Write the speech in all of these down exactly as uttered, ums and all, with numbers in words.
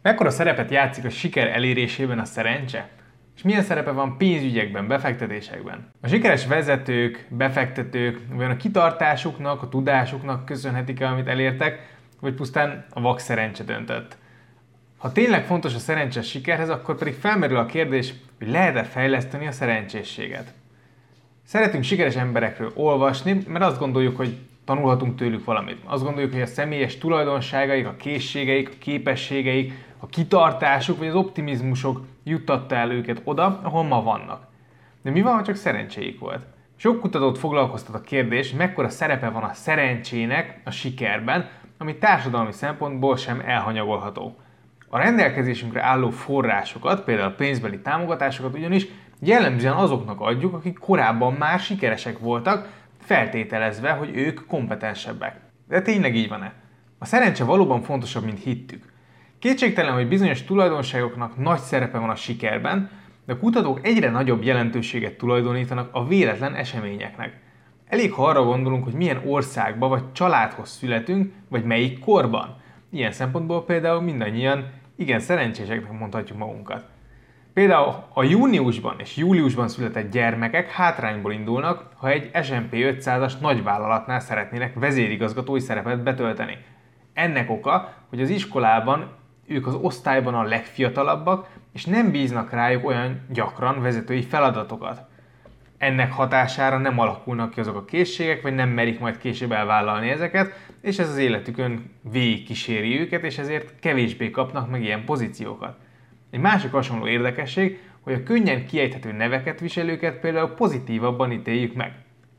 Mekkora szerepet játszik a siker elérésében a szerencse? És milyen szerepe van pénzügyekben, befektetésekben? A sikeres vezetők, befektetők vajon a kitartásuknak, a tudásuknak köszönhetik-e, amit elértek, vagy pusztán a vak szerencse döntött? Ha tényleg fontos a szerencse sikerhez, akkor pedig felmerül a kérdés, hogy lehet-e fejleszteni a szerencsészséget. Szeretünk sikeres emberekről olvasni, mert azt gondoljuk, hogy tanulhatunk tőlük valamit. Azt gondoljuk, hogy a személyes tulajdonságaik, a készségeik, a képességeik, a kitartásuk vagy az optimizmusok juttatta el őket oda, ahol ma vannak. De mi van, ha csak szerencséjük volt? Sok kutatót foglalkoztat a kérdés, mekkora szerepe van a szerencsének a sikerben, ami társadalmi szempontból sem elhanyagolható. A rendelkezésünkre álló forrásokat, például a pénzbeli támogatásokat ugyanis jellemzően azoknak adjuk, akik korábban már sikeresek voltak, feltételezve, hogy ők kompetensebbek. De tényleg így van-e? A szerencse valóban fontosabb, mint hittük. Kétségtelen, hogy bizonyos tulajdonságoknak nagy szerepe van a sikerben, de a kutatók egyre nagyobb jelentőséget tulajdonítanak a véletlen eseményeknek. Elég, ha arra gondolunk, hogy milyen országba vagy családhoz születünk, vagy melyik korban. Ilyen szempontból például mindannyian igen szerencséseknek mondhatjuk magunkat. Például a júniusban és júliusban született gyermekek hátrányból indulnak, ha egy es and pé ötszázas nagyvállalatnál szeretnének vezérigazgatói szerepet betölteni. Ennek oka, hogy az iskolában ők az osztályban a legfiatalabbak, és nem bíznak rájuk olyan gyakran vezetői feladatokat. Ennek hatására nem alakulnak ki azok a készségek, vagy nem merik majd később elvállalni ezeket, és ez az életükön végig kíséri őket, és ezért kevésbé kapnak meg ilyen pozíciókat. Egy másik hasonló érdekesség, hogy a könnyen kiejthető neveket viselőket például pozitívabban ítéljük meg.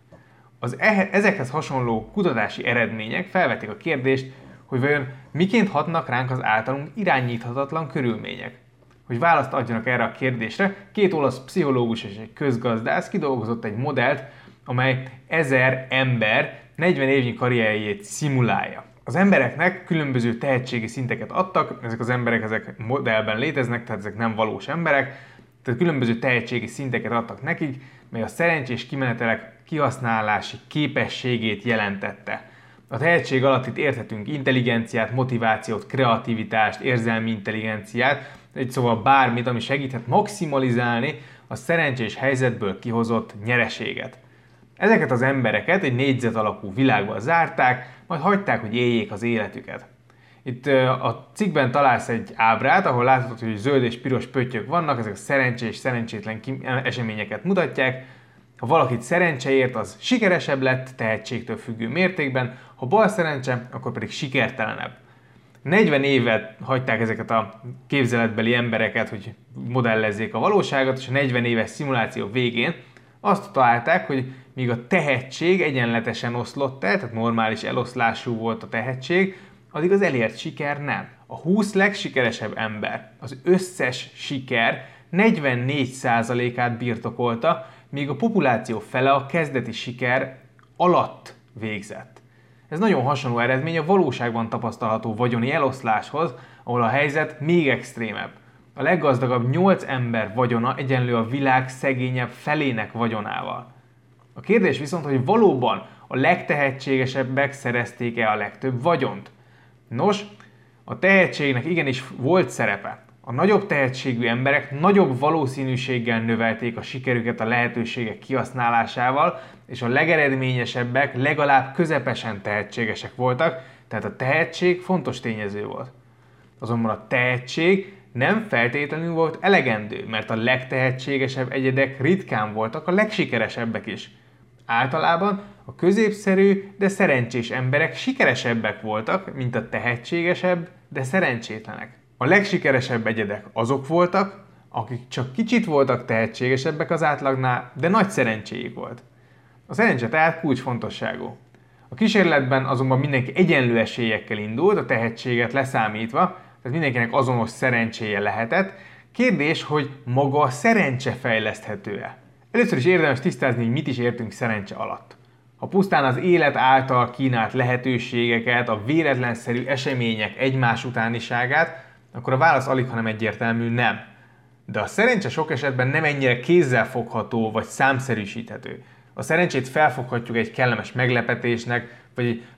Az e- ezekhez hasonló kutatási eredmények felvetik a kérdést, hogy vajon miként hatnak ránk az általunk irányíthatatlan körülmények. Hogy választ adjanak erre a kérdésre, két olasz pszichológus és egy közgazdász kidolgozott egy modellt, amely ezer ember negyven évnyi karrierjét szimulálja. Az embereknek különböző tehetségi szinteket adtak, ezek az emberek ezek modellben léteznek, tehát ezek nem valós emberek, tehát különböző tehetségi szinteket adtak nekik, mely a szerencsés kimenetelek kihasználási képességét jelentette. A tehetség alatt itt érthetünk intelligenciát, motivációt, kreativitást, érzelmi intelligenciát, egy szóval bármit, ami segíthet maximalizálni a szerencsés helyzetből kihozott nyereséget. Ezeket az embereket egy négyzet alakú világba zárták, majd hagyták, hogy éljék az életüket. Itt a cikkben találsz egy ábrát, ahol láthatod, hogy zöld és piros pöttyök vannak, ezek a szerencsés, szerencsétlen eseményeket mutatják. Ha valakit szerencse ért, az sikeresebb lett, tehetségtől függő mértékben, ha bal szerencse, akkor pedig sikertelenebb. negyven évet hagyták ezeket a képzeletbeli embereket, hogy modellezzék a valóságot, és a negyven éves szimuláció végén azt találták, hogy míg a tehetség egyenletesen oszlott el, tehát normális eloszlású volt a tehetség, addig az elért siker nem. A húsz legsikeresebb ember az összes siker negyvennégy százalékát birtokolta, míg a populáció fele a kezdeti siker alatt végzett. Ez nagyon hasonló eredmény a valóságban tapasztalható vagyoni eloszláshoz, ahol a helyzet még extrémebb. A leggazdagabb nyolc ember vagyona egyenlő a világ szegényebb felének vagyonával. A kérdés viszont, hogy valóban a legtehetségesebbek szerezték-e a legtöbb vagyont? Nos, a tehetségnek igenis volt szerepe. A nagyobb tehetségű emberek nagyobb valószínűséggel növelték a sikerüket a lehetőségek kihasználásával, és a legeredményesebbek legalább közepesen tehetségesek voltak, tehát a tehetség fontos tényező volt. Azonban a tehetség nem feltétlenül volt elegendő, mert a legtehetségesebb egyedek ritkán voltak a legsikeresebbek is. Általában a középszerű, de szerencsés emberek sikeresebbek voltak, mint a tehetségesebb, de szerencsétlenek. A legsikeresebb egyedek azok voltak, akik csak kicsit voltak tehetségesebbek az átlagnál, de nagy szerencséjük volt. A szerencse tehát kulcsfontosságú. A kísérletben azonban mindenki egyenlő esélyekkel indult, a tehetséget leszámítva, tehát mindenkinek azonos szerencséje lehetett. Kérdés, hogy maga a szerencse fejleszthető-e? Először is érdemes tisztázni, hogy mit is értünk szerencse alatt. Ha pusztán az élet által kínált lehetőségeket, a véletlenszerű események egymás utániságát, akkor a válasz alig, hanem egyértelmű nem. De a szerencse sok esetben nem ennyire kézzelfogható vagy számszerűsíthető. A szerencsét felfoghatjuk egy kellemes meglepetésnek, vagy egy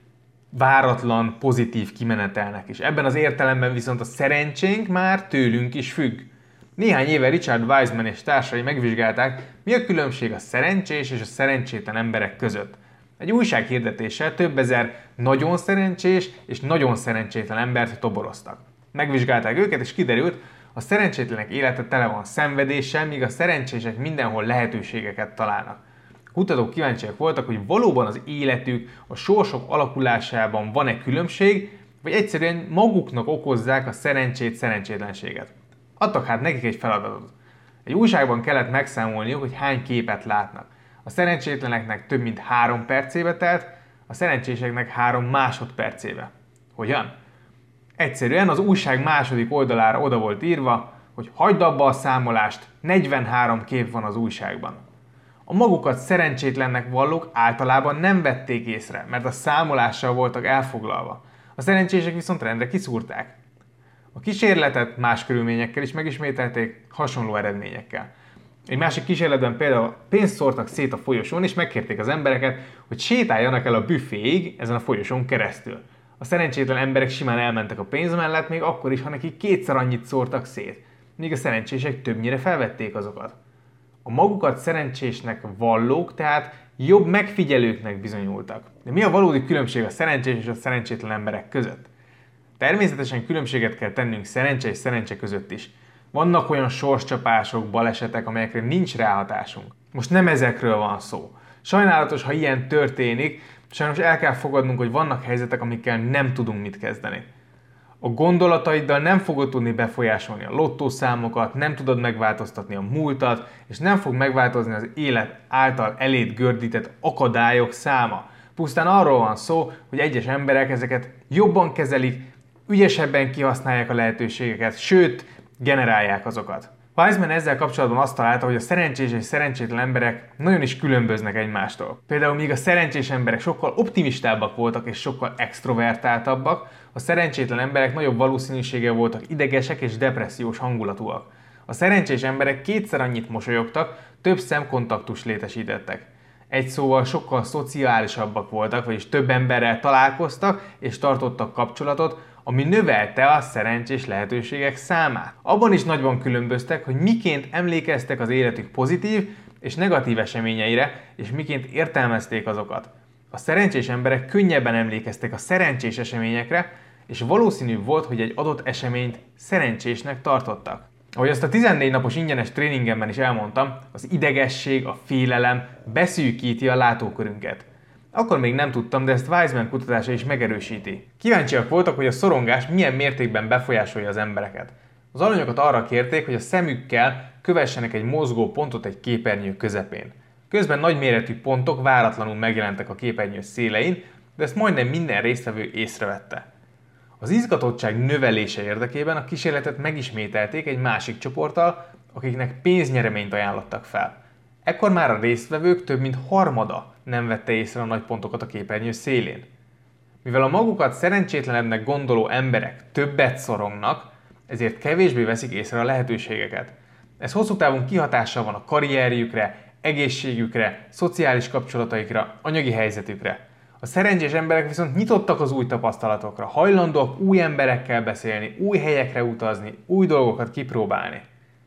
váratlan, pozitív kimenetelnek is. Ebben az értelemben viszont a szerencsénk már tőlünk is függ. Néhány éve Richard Wiseman és társai megvizsgálták, mi a különbség a szerencsés és a szerencsétlen emberek között. Egy újsághirdetéssel több ezer nagyon szerencsés és nagyon szerencsétlen embert toboroztak. Megvizsgálták őket, és kiderült, a szerencsétlenek élete tele van szenvedéssel, míg a szerencsések mindenhol lehetőségeket találnak. A kutatók kíváncsiak voltak, hogy valóban az életük, a sorsok alakulásában van-e különbség, vagy egyszerűen maguknak okozzák a szerencsét, szerencsétlenséget. Adtak hát nekik egy feladatot. Egy újságban kellett megszámolniuk, hogy hány képet látnak. A szerencsétleneknek több mint három percébe telt, a szerencséseknek három másodpercébe. Hogyan? Egyszerűen az újság második oldalára oda volt írva, hogy hagyd abba a számolást, negyvenhárom kép van az újságban. A magukat szerencsétlennek vallók általában nem vették észre, mert a számolással voltak elfoglalva. A szerencsések viszont rendre kiszúrták. A kísérletet más körülményekkel is megismételték, hasonló eredményekkel. Egy másik kísérletben például pénzt szórtak szét a folyosón, és megkérték az embereket, hogy sétáljanak el a büféig ezen a folyosón keresztül. A szerencsétlen emberek simán elmentek a pénz mellett, még akkor is, ha nekik kétszer annyit szórtak szét, míg a szerencsések többnyire felvették azokat. A magukat szerencsésnek vallók tehát jobb megfigyelőknek bizonyultak. De mi a valódi különbség a szerencsés és a szerencsétlen emberek között? Természetesen különbséget kell tennünk szerencse és szerencse között is. Vannak olyan sorscsapások, balesetek, amelyekre nincs ráhatásunk. Most nem ezekről van szó. Sajnálatos, ha ilyen történik, sajnos el kell fogadnunk, hogy vannak helyzetek, amikkel nem tudunk mit kezdeni. A gondolataiddal nem fogod tudni befolyásolni a lottószámokat, nem tudod megváltoztatni a múltat, és nem fog megváltozni az élet által eléd gördített akadályok száma. Pusztán arról van szó, hogy egyes emberek ezeket jobban kezelik, ügyesebben kihasználják a lehetőségeket, sőt, generálják azokat. Wiseman ezzel kapcsolatban azt találta, hogy a szerencsés és szerencsétlen emberek nagyon is különböznek egymástól. Például míg a szerencsés emberek sokkal optimistábbak voltak és sokkal extrovertáltabbak, a szerencsétlen emberek nagyobb valószínűséggel voltak idegesek és depressziós hangulatúak. A szerencsés emberek kétszer annyit mosolyogtak, több szemkontaktust létesítettek. Egy szóval sokkal szociálisabbak voltak, vagyis több emberrel találkoztak és tartottak kapcsolatot, ami növelte a szerencsés lehetőségek számát. Abban is nagyban különböztek, hogy miként emlékeztek az életük pozitív és negatív eseményeire, és miként értelmezték azokat. A szerencsés emberek könnyebben emlékeztek a szerencsés eseményekre, és valószínű volt, hogy egy adott eseményt szerencsésnek tartottak. Ahogy azt a tizennégy napos ingyenes tréningemben is elmondtam, az idegesség, a félelem beszűkíti a látókörünket. Akkor még nem tudtam, de ezt Wiseman kutatása is megerősíti. Kíváncsiak voltak, hogy a szorongás milyen mértékben befolyásolja az embereket. Az alanyokat arra kérték, hogy a szemükkel kövessenek egy mozgó pontot egy képernyő közepén. Közben nagyméretű pontok váratlanul megjelentek a képernyő szélein, de ezt majdnem minden résztvevő észrevette. Az izgatottság növelése érdekében a kísérletet megismételték egy másik csoporttal, akiknek pénznyereményt ajánlottak fel. Ekkor már a résztvevők több mint harmada nem vette észre a nagy pontokat a képernyő szélén. Mivel a magukat szerencsétlenebbnek gondoló emberek többet szorongnak, ezért kevésbé veszik észre a lehetőségeket. Ez hosszú távon kihatással van a karrierjükre, egészségükre, szociális kapcsolataikra, anyagi helyzetükre. A szerencsés emberek viszont nyitottak az új tapasztalatokra, hajlandóak új emberekkel beszélni, új helyekre utazni, új dolgokat kipróbálni.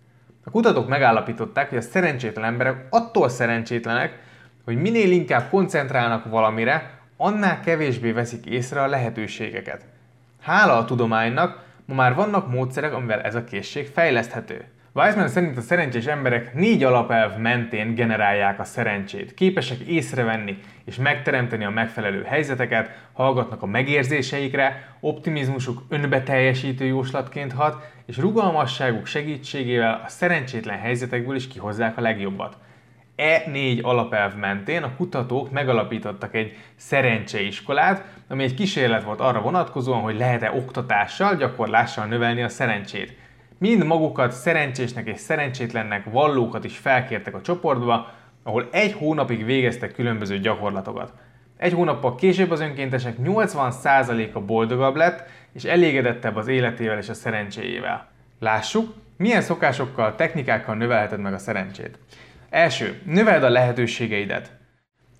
A kutatók megállapították, hogy a szerencsétlen emberek attól szerencsétlenek, hogy minél inkább koncentrálnak valamire, annál kevésbé veszik észre a lehetőségeket. Hála a tudománynak, ma már vannak módszerek, amivel ez a készség fejleszthető. Wiseman szerint a szerencsés emberek négy alapelv mentén generálják a szerencsét. Képesek észrevenni és megteremteni a megfelelő helyzeteket, hallgatnak a megérzéseikre, optimizmusuk önbeteljesítő jóslatként hat, és rugalmasságuk segítségével a szerencsétlen helyzetekből is kihozzák a legjobbat. E négy alapelv mentén a kutatók megalapítottak egy szerencseiskolát, ami egy kísérlet volt arra vonatkozóan, hogy lehet-e oktatással, gyakorlással növelni a szerencsét. Mind magukat szerencsésnek és szerencsétlennek vallókat is felkértek a csoportba, ahol egy hónapig végeztek különböző gyakorlatokat. Egy hónappal később az önkéntesek nyolcvan százaléka boldogabb lett, és elégedettebb az életével és a szerencséjével. Lássuk, milyen szokásokkal, technikákkal növelheted meg a szerencsét. Első, növeld a lehetőségeidet.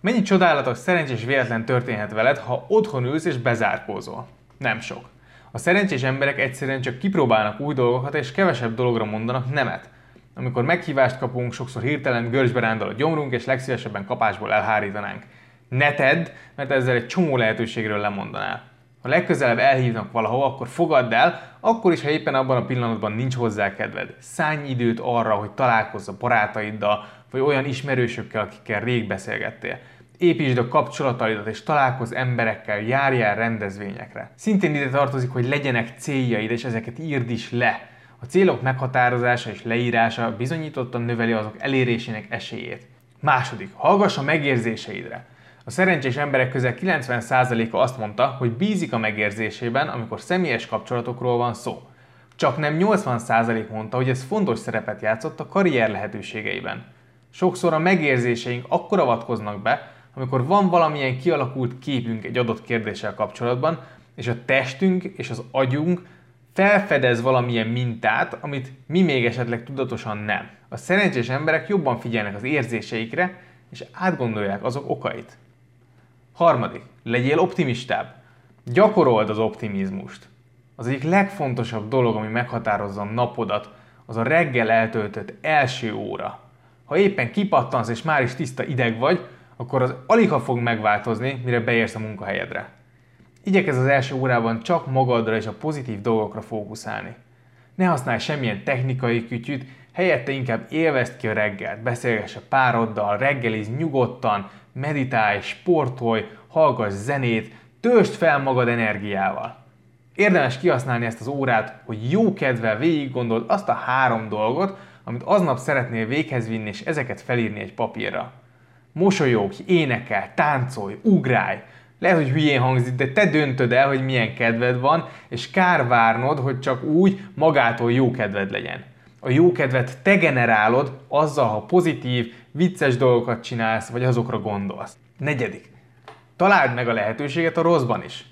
Mennyi csodálatos, szerencsés véletlen történhet veled, ha otthon ülsz és bezárkózol? Nem sok. A szerencsés emberek egyszerűen csak kipróbálnak új dolgokat és kevesebb dologra mondanak nemet. Amikor meghívást kapunk, sokszor hirtelen görcsbe rándul a gyomrunk és legszívesebben kapásból elhárítanánk. Ne tedd, mert ezzel egy csomó lehetőségről lemondanál. Ha legközelebb elhívnak valahova, akkor fogadd el, akkor is, ha éppen abban a pillanatban nincs hozzá kedved. Szállj időt arra, hogy találkozz a barátaiddal, vagy olyan ismerősökkel, akikkel rég beszélgettél. Építsd a kapcsolataidat és találkozz emberekkel, járjál rendezvényekre. Szintén ide tartozik, hogy legyenek céljaid, és ezeket írd is le. A célok meghatározása és leírása bizonyítottan növeli azok elérésének esélyét. Második, hallgass a megérzéseidre. A szerencsés emberek közel kilencven százaléka azt mondta, hogy bízik a megérzésében, amikor személyes kapcsolatokról van szó. Csaknem nyolcvan százalék mondta, hogy ez fontos szerepet játszott a karrier lehetőségeiben. Sokszor a megérzéseink akkor avatkoznak be, amikor van valamilyen kialakult képünk egy adott kérdéssel kapcsolatban, és a testünk és az agyunk felfedez valamilyen mintát, amit mi még esetleg tudatosan nem. A szerencsés emberek jobban figyelnek az érzéseikre, és átgondolják azok okait. Harmadik, legyél optimistább. Gyakorold az optimizmust. Az egyik legfontosabb dolog, ami meghatározza a napodat, az a reggel eltöltött első óra. Ha éppen kipattansz és már is tiszta ideg vagy, akkor az aligha fog megváltozni, mire beérsz a munkahelyedre. Igyekezz az első órában csak magadra és a pozitív dolgokra fókuszálni. Ne használj semmilyen technikai kütyüt, helyette inkább élvezd ki a reggelt, beszélgess a pároddal, reggelizz nyugodtan, meditálj, sportolj, hallgass zenét, töltsd fel magad energiával. Érdemes kihasználni ezt az órát, hogy jó kedvel végig gondold azt a három dolgot, amit aznap szeretnél véghez vinni, és ezeket felírni egy papírra. Mosolyogj, énekelj, táncolj, ugrálj. Lehet, hogy hülyén hangzik, de te döntöd el, hogy milyen kedved van, és kár várnod, hogy csak úgy magától jó kedved legyen. A jó kedvet te generálod azzal, ha pozitív, vicces dolgokat csinálsz, vagy azokra gondolsz. Negyedik. Találd meg a lehetőséget a rosszban is.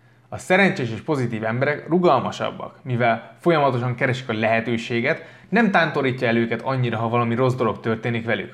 A szerencsés és pozitív emberek rugalmasabbak, mivel folyamatosan keresik a lehetőséget, nem tántorítja el őket annyira, ha valami rossz dolog történik velük.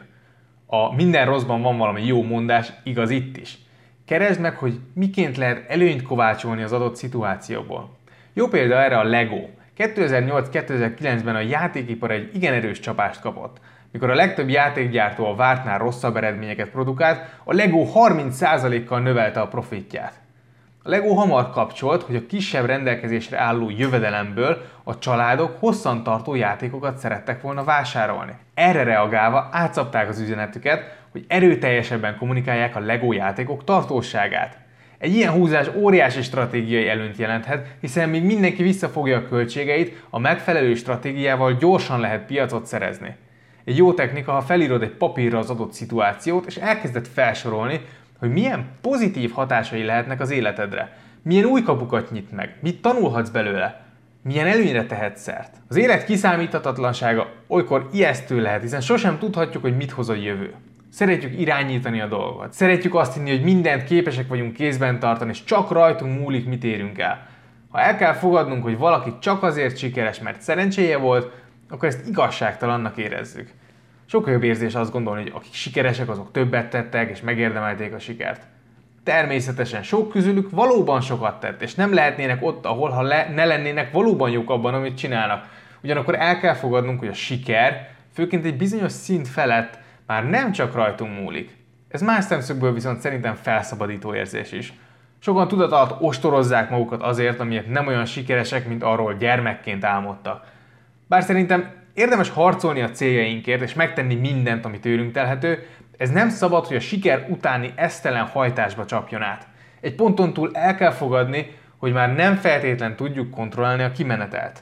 A minden rosszban van valami jó mondás, igaz itt is. Keresd meg, hogy miként lehet előnyt kovácsolni az adott szituációból. Jó példa erre a Lego. kétezer-nyolc kétezer-kilencben a játékipar egy igen erős csapást kapott. Mikor a legtöbb játékgyártó a vártnál rosszabb eredményeket produkált, a Lego harminc százalékkal növelte a profitját. A Lego hamar kapcsolt, hogy a kisebb rendelkezésre álló jövedelemből a családok hosszantartó játékokat szerettek volna vásárolni. Erre reagálva átszabták az üzenetüket, hogy erőteljesebben kommunikálják a Lego játékok tartóságát. Egy ilyen húzás óriási stratégiai előnyt jelenthet, hiszen még mindenki visszafogja a költségeit, a megfelelő stratégiával gyorsan lehet piacot szerezni. Egy jó technika, ha felírod egy papírra az adott szituációt, és elkezded felsorolni, hogy milyen pozitív hatásai lehetnek az életedre, milyen új kapukat nyit meg, mit tanulhatsz belőle, milyen előnyre tehetsz szert. Az élet kiszámíthatatlansága olykor ijesztő lehet, hiszen sosem tudhatjuk, hogy mit hoz a jövő. Szeretjük irányítani a dolgokat, szeretjük azt hinni, hogy mindent képesek vagyunk kézben tartani, és csak rajtunk múlik, mit érünk el. Ha el kell fogadnunk, hogy valaki csak azért sikeres, mert szerencséje volt, akkor ezt igazságtalannak érezzük. Sokkal jobb érzés azt gondolni, hogy akik sikeresek, azok többet tettek, és megérdemelték a sikert. Természetesen sok közülük valóban sokat tett, és nem lehetnének ott, ahol ha le, ne lennének valóban jók abban, amit csinálnak. Ugyanakkor el kell fogadnunk, hogy a siker, főként egy bizonyos szint felett már nem csak rajtunk múlik. Ez más szemszögből viszont szerintem felszabadító érzés is. Sokan tudat alatt ostorozzák magukat azért, amiért nem olyan sikeresek, mint arról gyermekként álmodtak. Bár szerintem érdemes harcolni a céljainkért, és megtenni mindent, ami tőlünk telhető, ez nem szabad, hogy a siker utáni esztelen hajtásba csapjon át. Egy ponton túl el kell fogadni, hogy már nem feltétlen tudjuk kontrollálni a kimenetelt.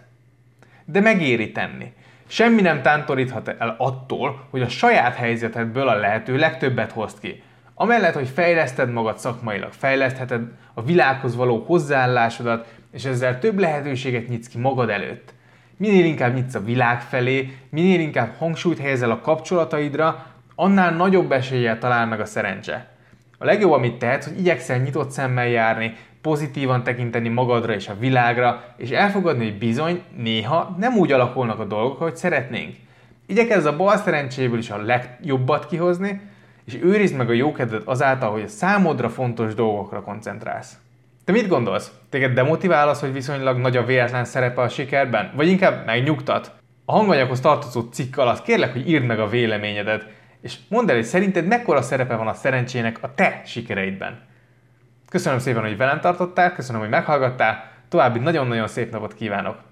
De megéri tenni. Semmi nem tántoríthat el attól, hogy a saját helyzetedből a lehető legtöbbet hozd ki. Amellett, hogy fejleszted magad szakmailag, fejlesztheted a világhoz való hozzáállásodat, és ezzel több lehetőséget nyitsz ki magad előtt. Minél inkább nyitsz a világ felé, minél inkább hangsúlyt helyezel a kapcsolataidra, annál nagyobb eséllyel talál meg a szerencse. A legjobb, amit tehetsz, hogy igyekszel nyitott szemmel járni, pozitívan tekinteni magadra és a világra, és elfogadni, hogy bizony, néha nem úgy alakulnak a dolgok, ahogy szeretnénk. Igyekezz a bal szerencséből is a legjobbat kihozni, és őrizd meg a jókedved azáltal, hogy a számodra fontos dolgokra koncentrálsz. Te mit gondolsz? Téged demotivál az, hogy viszonylag nagy a véletlen szerepe a sikerben? Vagy inkább megnyugtat? A hanganyaghoz tartozó cikk alatt kérlek, hogy írd meg a véleményedet, és mondd el, hogy szerinted mekkora szerepe van a szerencsének a te sikereidben. Köszönöm szépen, hogy velem tartottál, köszönöm, hogy meghallgattál, további nagyon-nagyon szép napot kívánok!